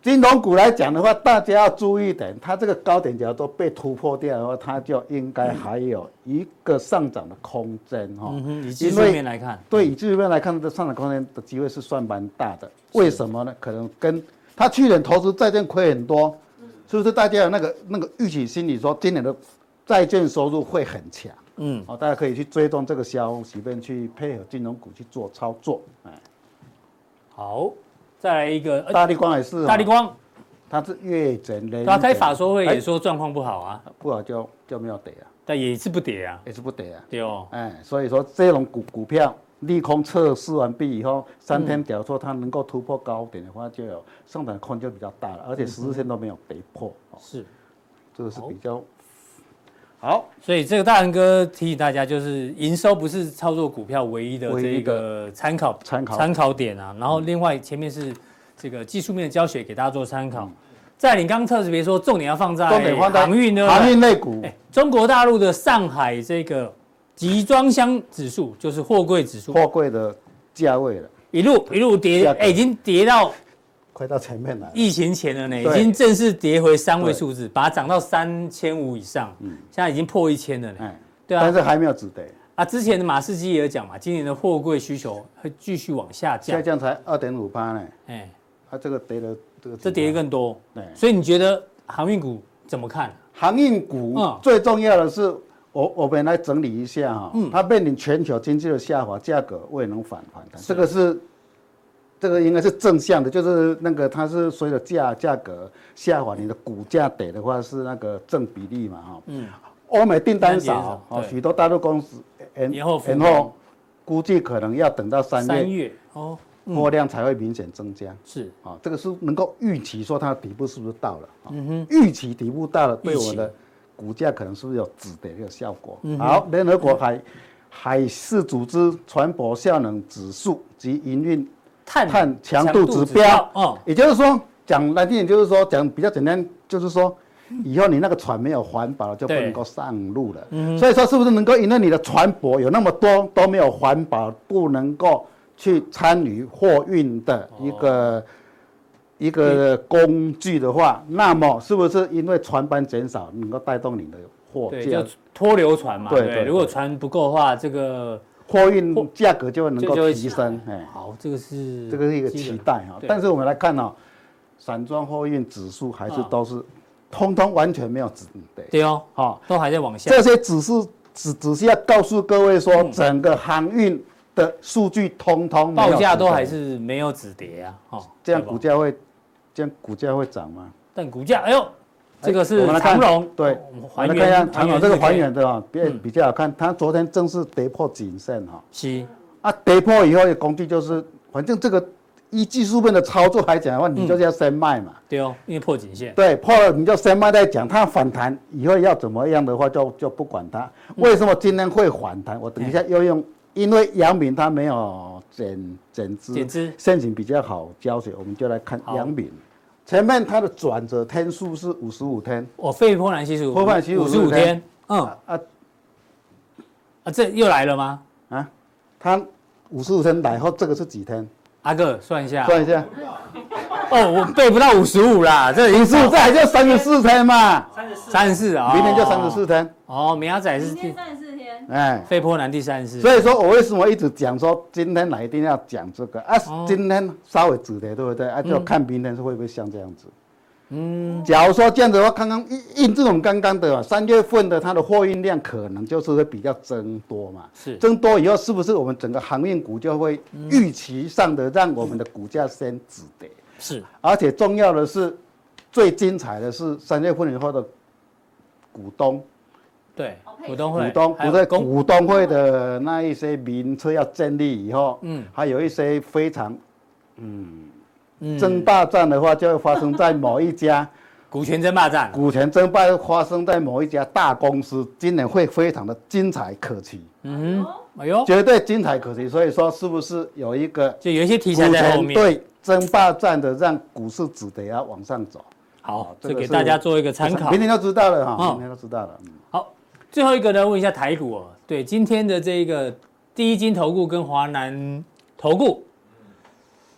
金融股来讲的话，大家要注意一点，它这个高点假如都被突破掉的话，它就应该还有一个上涨的空间哈。 嗯哼，以技术面来看， 对，以技术面来看，这上涨空间的机会是算蛮大的。为什么呢？可能跟他去年投资债券亏很多，是不是大家有那个那个预期心理说今年的债券收入会很强？嗯，好，大家可以去追踪这个消息面，去配合金融股去做操作。哎， 好。再来一个， 大立光也是， 大立光， 它是月整连， 他开法说会也说状况不好啊， 不好就就没有跌啊， 但也是不跌啊， 也是不跌啊， 对哦， 哎，所以说这种股股票利空测试完毕以后，三天假如说它能够突破高点的话，就有上涨空间比较大了，而且十日线都没有跌破， 是， 这个是比较好。 所以这个大仁哥提醒大家，就是营收不是操作股票唯一的这个参考参考参考点啊。然后另外前面是这个技术面的教学给大家做参考。在你刚刚特别说，重点要放在重点放在航运呢， 航运类股。 中国大陆的上海这个集装箱指数，就是货柜指数， 货柜的价位了， 一路一路跌，哎，已经跌到快到前面来了， 疫情前了呢，已经正式跌回三位数字，把它涨到三千五以上，嗯，现在已经破一千了呢， 哎， 对啊， 但是还没有止跌啊。之前的马士基也有讲嘛，今年的货柜需求会继续往下降， 下降才二点五趴呢， 哎， 它这个跌了这个， 这跌更多， 对， 所以你觉得航运股怎么看？ 航运股最重要的是，我我们来整理一下哈，嗯，它面临全球经济的下滑，价格未能反反弹，这个是。这个应该是正向的，就是那个它是随着价价格下滑，你的股价跌的话是那个正比例嘛，哈。嗯。欧美订单少，哦，许多大陆公司延后延后，估计可能要等到三月， 三月哦， 货量才会明显增加。 是啊，这个是能够预期说它的底部是不是到了？嗯哼。预期底部到了，对我的股价可能是不是有止跌的效果？好，联合国海海事组织船舶效能指数及营运。碳强度指标，哦，也就是说，讲难听点就是说，讲比较简单，就是说，以后你那个船没有环保了，就不能够上路了。嗯，所以说，是不是能够因为你的船舶有那么多都没有环保，不能够去参与货运的一个、哦、一个工具的话，那么是不是因为船班减少，能够带动你的货价？对，就拖流船嘛。对 对, 对, 对，如果船不够的话，这个。 货运价格就会能够提升， 哎，好，这个是这个是一个期待哈。但是我们来看哦，散装货运指数还是都是，通通完全没有止跌。 对哦，好，都还在往下。 这些指数只只是要告诉各位说，整个航运的数据通通报价都还是没有止跌啊，哦， 这样股价会，这样股价会涨吗？ 但股价，哎呦。这个是长荣， 对，我们看一下长荣这个还原的啊，比比较好看。它昨天正式跌破颈线哈， 是啊，跌破以后的工具就是，反正这个依技术面的操作来讲的话，你就是要先卖嘛。 对哦，因为破颈线。 对，破了你就先卖再讲。它反弹以后要怎么样的话，就就不管它。为什么今天会反弹？我等一下又用，因为阳明它没有减减资， 减资现行比较好教学，我们就来看阳明。前面它的转折天数是五十五天， 哦，费波兰系数， 费波兰系数五十五天，嗯啊啊，这又来了吗？ 啊，它五十五天来后，这个是几天？ 阿哥算一下， 算一下。 哦，我背不到五十五啦，这已经是这还就三十四天嘛， 三十四，三十四啊， 明天就三十四天。 哦，明仔载是明天三十四天。 哎， 费波南第三十四。 所以说我为什么一直讲说今天来一定要讲这个啊？哦、今天稍微止跌，对不对？啊，就看明天是会不会像这样子。嗯，假如说这样子的话，刚刚印这种刚刚的三月份的它的货运量可能就是会比较增多嘛。 是。 增多以后，是不是我们整个航运股就会预期上的让我们的股价先止跌？ 是。 而且重要的是，最精彩的是三月份以后的股东。 对，股东会， 股东不是股东会的那一些名册要建立以后，嗯，还有一些非常，嗯，争霸战的话就会发生在某一家股权争霸战， 股权争霸发生在某一家大公司，今年会非常的精彩可期， 嗯哼，哎呦， 绝对精彩可期。所以说，是不是有一个就有一些题材在后面， 对争霸战的让股市止跌要往上走？ 好，这给大家做一个参考， 明天就知道了哈，明天就知道了。 好。最后一个呢，问一下台股哦，对今天的这个第一金投顾跟华南投顾，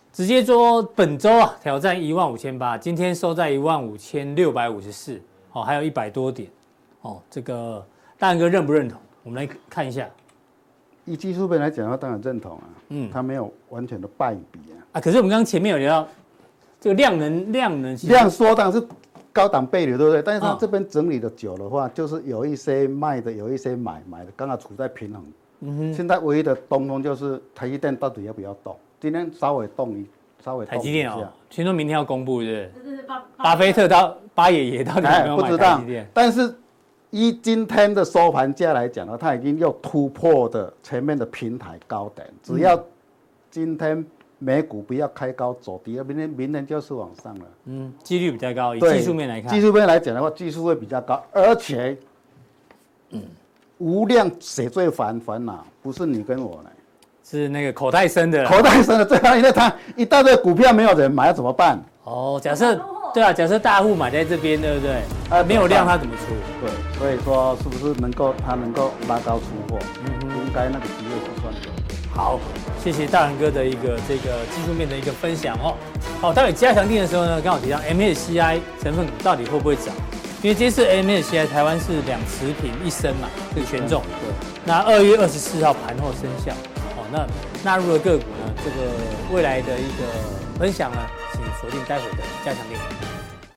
直接说本周啊挑战一万五千八，今天收在一万五千六百五十四，哦，还有一百多点，哦，这个大仁哥认不认同？我们来看一下。 以技术面来讲的话，当然认同啊，嗯，它没有完全的败笔啊。 啊，可是我们刚刚前面有聊到这个量能，量能量缩当然是高档倍流，对不对？但是它这边整理的久的话，就是有一些卖的，有一些买买的，刚好处在平衡。嗯哼。现在唯一的东风就是台积电到底要不要动？今天稍微动一，稍微动一下。 台积电哦，听说明天要公布，对不对？巴菲特到巴爷爷到底有没有买台积电？ 但是以今天的收盘价来讲呢，它已经又突破的前面的平台高点，只要今天美股不要开高走低，明天明天就是往上了。 嗯，几率比较高。以技术面来看， 技术面来讲的话，技术会比较高，而且，嗯，无量谁最烦烦恼？不是你跟我呢， 是那个口袋深的。 口袋深的最烦，因为他一大堆股票没有人买，要怎么办？ 哦，假设对啊，假设大户买在这边，对不对？啊，没有量他怎么出？ 对，所以说是不是能够他能够拉高出货？嗯嗯，应该那个机会是算有。 好，谢谢大仁哥的一个这个技术面的一个分享哦。好，待会加强定的时候呢，刚好提到 M S C I 成分股到底会不会涨？因为这次 M S C I 台湾是两持平一升嘛，这个权重。对。那二月二十四号盘后生效。哦，那纳入的个股呢，这个未来的一个分享呢，请锁定待会的加强定。